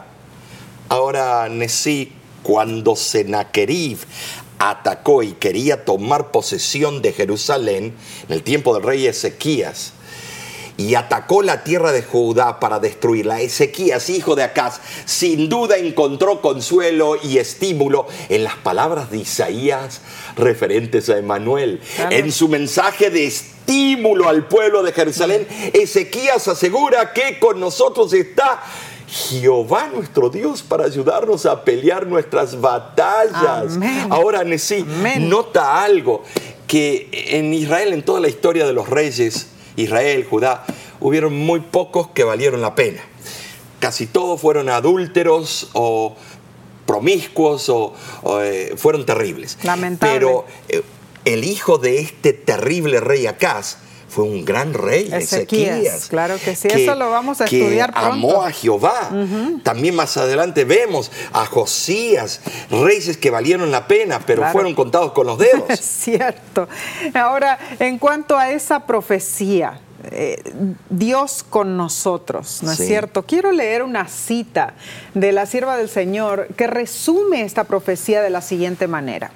Ahora, Nesí, cuando Sennacherib atacó y quería tomar posesión de Jerusalén en el tiempo del rey Ezequías y atacó la tierra de Judá para destruirla, Ezequías, hijo de Acaz, sin duda encontró consuelo y estímulo en las palabras de Isaías referentes a Emmanuel. Claro. En su mensaje de estímulo al pueblo de Jerusalén, Ezequías asegura que con nosotros está Jehová nuestro Dios para ayudarnos a pelear nuestras batallas. Amén. Ahora, Nesí, nota algo, que en Israel, en toda la historia de los reyes, Israel, Judá, hubieron muy pocos que valieron la pena. Casi todos fueron adúlteros o promiscuos o, o eh, fueron terribles. Lamentable. Pero eh, el hijo de este terrible rey Acaz fue un gran rey, Ezequías. Ezequías. Claro que sí, que, eso lo vamos a estudiar pronto. Amó a Jehová. Uh-huh. También más adelante vemos a Josías, reyes que valieron la pena, pero claro. fueron contados con los dedos. Es cierto. Ahora, en cuanto a esa profecía, eh, Dios con nosotros, ¿no es sí. cierto? Quiero leer una cita de la sierva del Señor que resume esta profecía de la siguiente manera.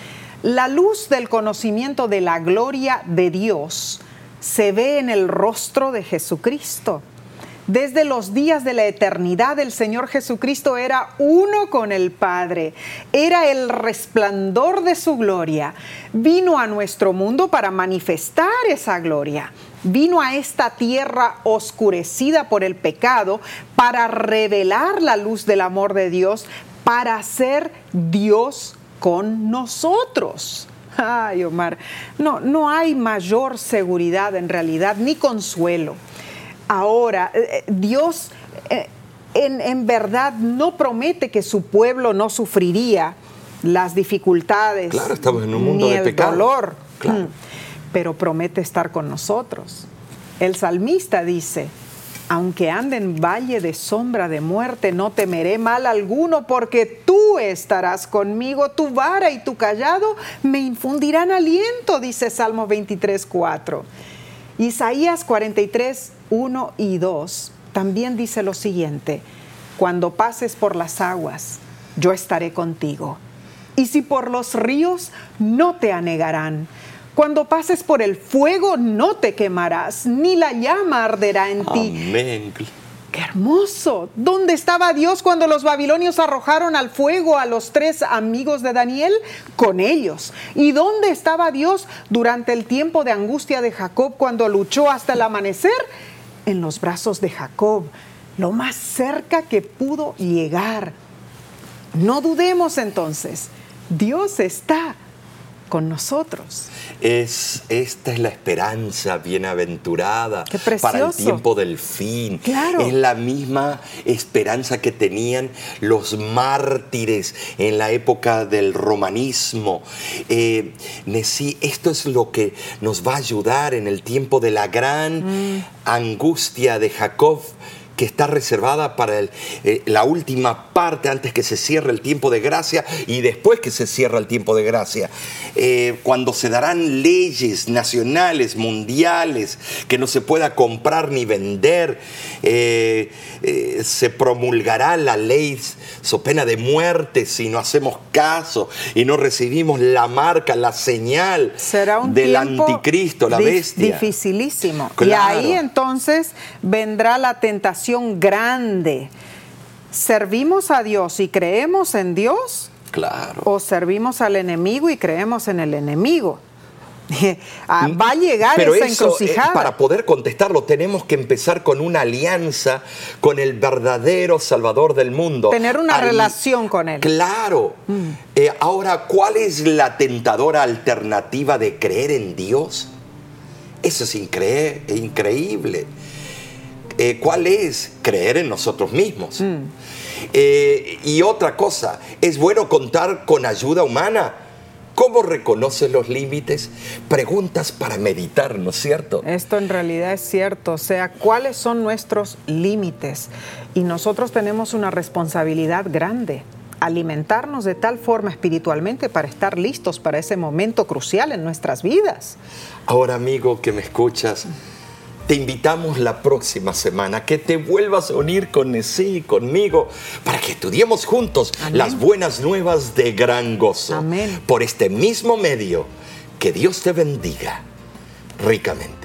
La luz del conocimiento de la gloria de Dios se ve en el rostro de Jesucristo. Desde los días de la eternidad, el Señor Jesucristo era uno con el Padre. Era el resplandor de su gloria. Vino a nuestro mundo para manifestar esa gloria. Vino a esta tierra oscurecida por el pecado para revelar la luz del amor de Dios, para ser Dios con nosotros. Ay, Omar, no, no hay mayor seguridad en realidad, ni consuelo. Ahora, eh, Dios eh, en, en verdad no promete que su pueblo no sufriría las dificultades, claro, estamos en un mundo ni de el pecado. dolor, Claro. pero promete estar con nosotros. El salmista dice: aunque ande en valle de sombra de muerte, no temeré mal alguno, porque tú estarás conmigo, tu vara y tu cayado me infundirán aliento, dice Salmo veintitrés, cuatro. Isaías cuarenta y tres, uno y dos también dice lo siguiente: cuando pases por las aguas, yo estaré contigo, y si por los ríos, no te anegarán. Cuando pases por el fuego, no te quemarás, ni la llama arderá en ti. Amén. ¡Qué hermoso! ¿Dónde estaba Dios cuando los babilonios arrojaron al fuego a los tres amigos de Daniel? Con ellos. ¿Y dónde estaba Dios durante el tiempo de angustia de Jacob cuando luchó hasta el amanecer? En los brazos de Jacob, lo más cerca que pudo llegar. No dudemos entonces, Dios está con nosotros. Es, esta es la esperanza bienaventurada para el tiempo del fin. Claro. Es la misma esperanza que tenían los mártires en la época del romanismo. Eh, Nesí, esto es lo que nos va a ayudar en el tiempo de la gran mm. angustia de Jacob, que está reservada para el, eh, la última parte antes que se cierre el tiempo de gracia y después que se cierra el tiempo de gracia. Eh, cuando se darán leyes nacionales, mundiales, que no se pueda comprar ni vender, eh, eh, se promulgará la ley so pena de muerte si no hacemos caso y no recibimos la marca, la señal Será un del anticristo, la bestia. Dificilísimo. Claro. Y ahí entonces vendrá la tentación grande. ¿Servimos a Dios y creemos en Dios? Claro. ¿O servimos al enemigo y creemos en el enemigo? ah, va a llegar Pero esa eso, encrucijada. Eh, para poder contestarlo, tenemos que empezar con una alianza con el verdadero Salvador del mundo. Tener una Al, relación con Él. Claro. Mm. Eh, ahora, ¿cuál es la tentadora alternativa de creer en Dios? Eso es incre increíble. Eh, ¿Cuál es? Creer en nosotros mismos. Mm. Eh, y otra cosa, ¿es bueno contar con ayuda humana? ¿Cómo reconoces los límites? Preguntas para meditar, ¿no es cierto? Esto en realidad es cierto. O sea, ¿cuáles son nuestros límites? Y nosotros tenemos una responsabilidad grande. Alimentarnos de tal forma espiritualmente para estar listos para ese momento crucial en nuestras vidas. Ahora, amigo que me escuchas, te invitamos la próxima semana que te vuelvas a unir con Nesí y conmigo para que estudiemos juntos Amén. Las buenas nuevas de gran gozo. Amén. Por este mismo medio, que Dios te bendiga ricamente.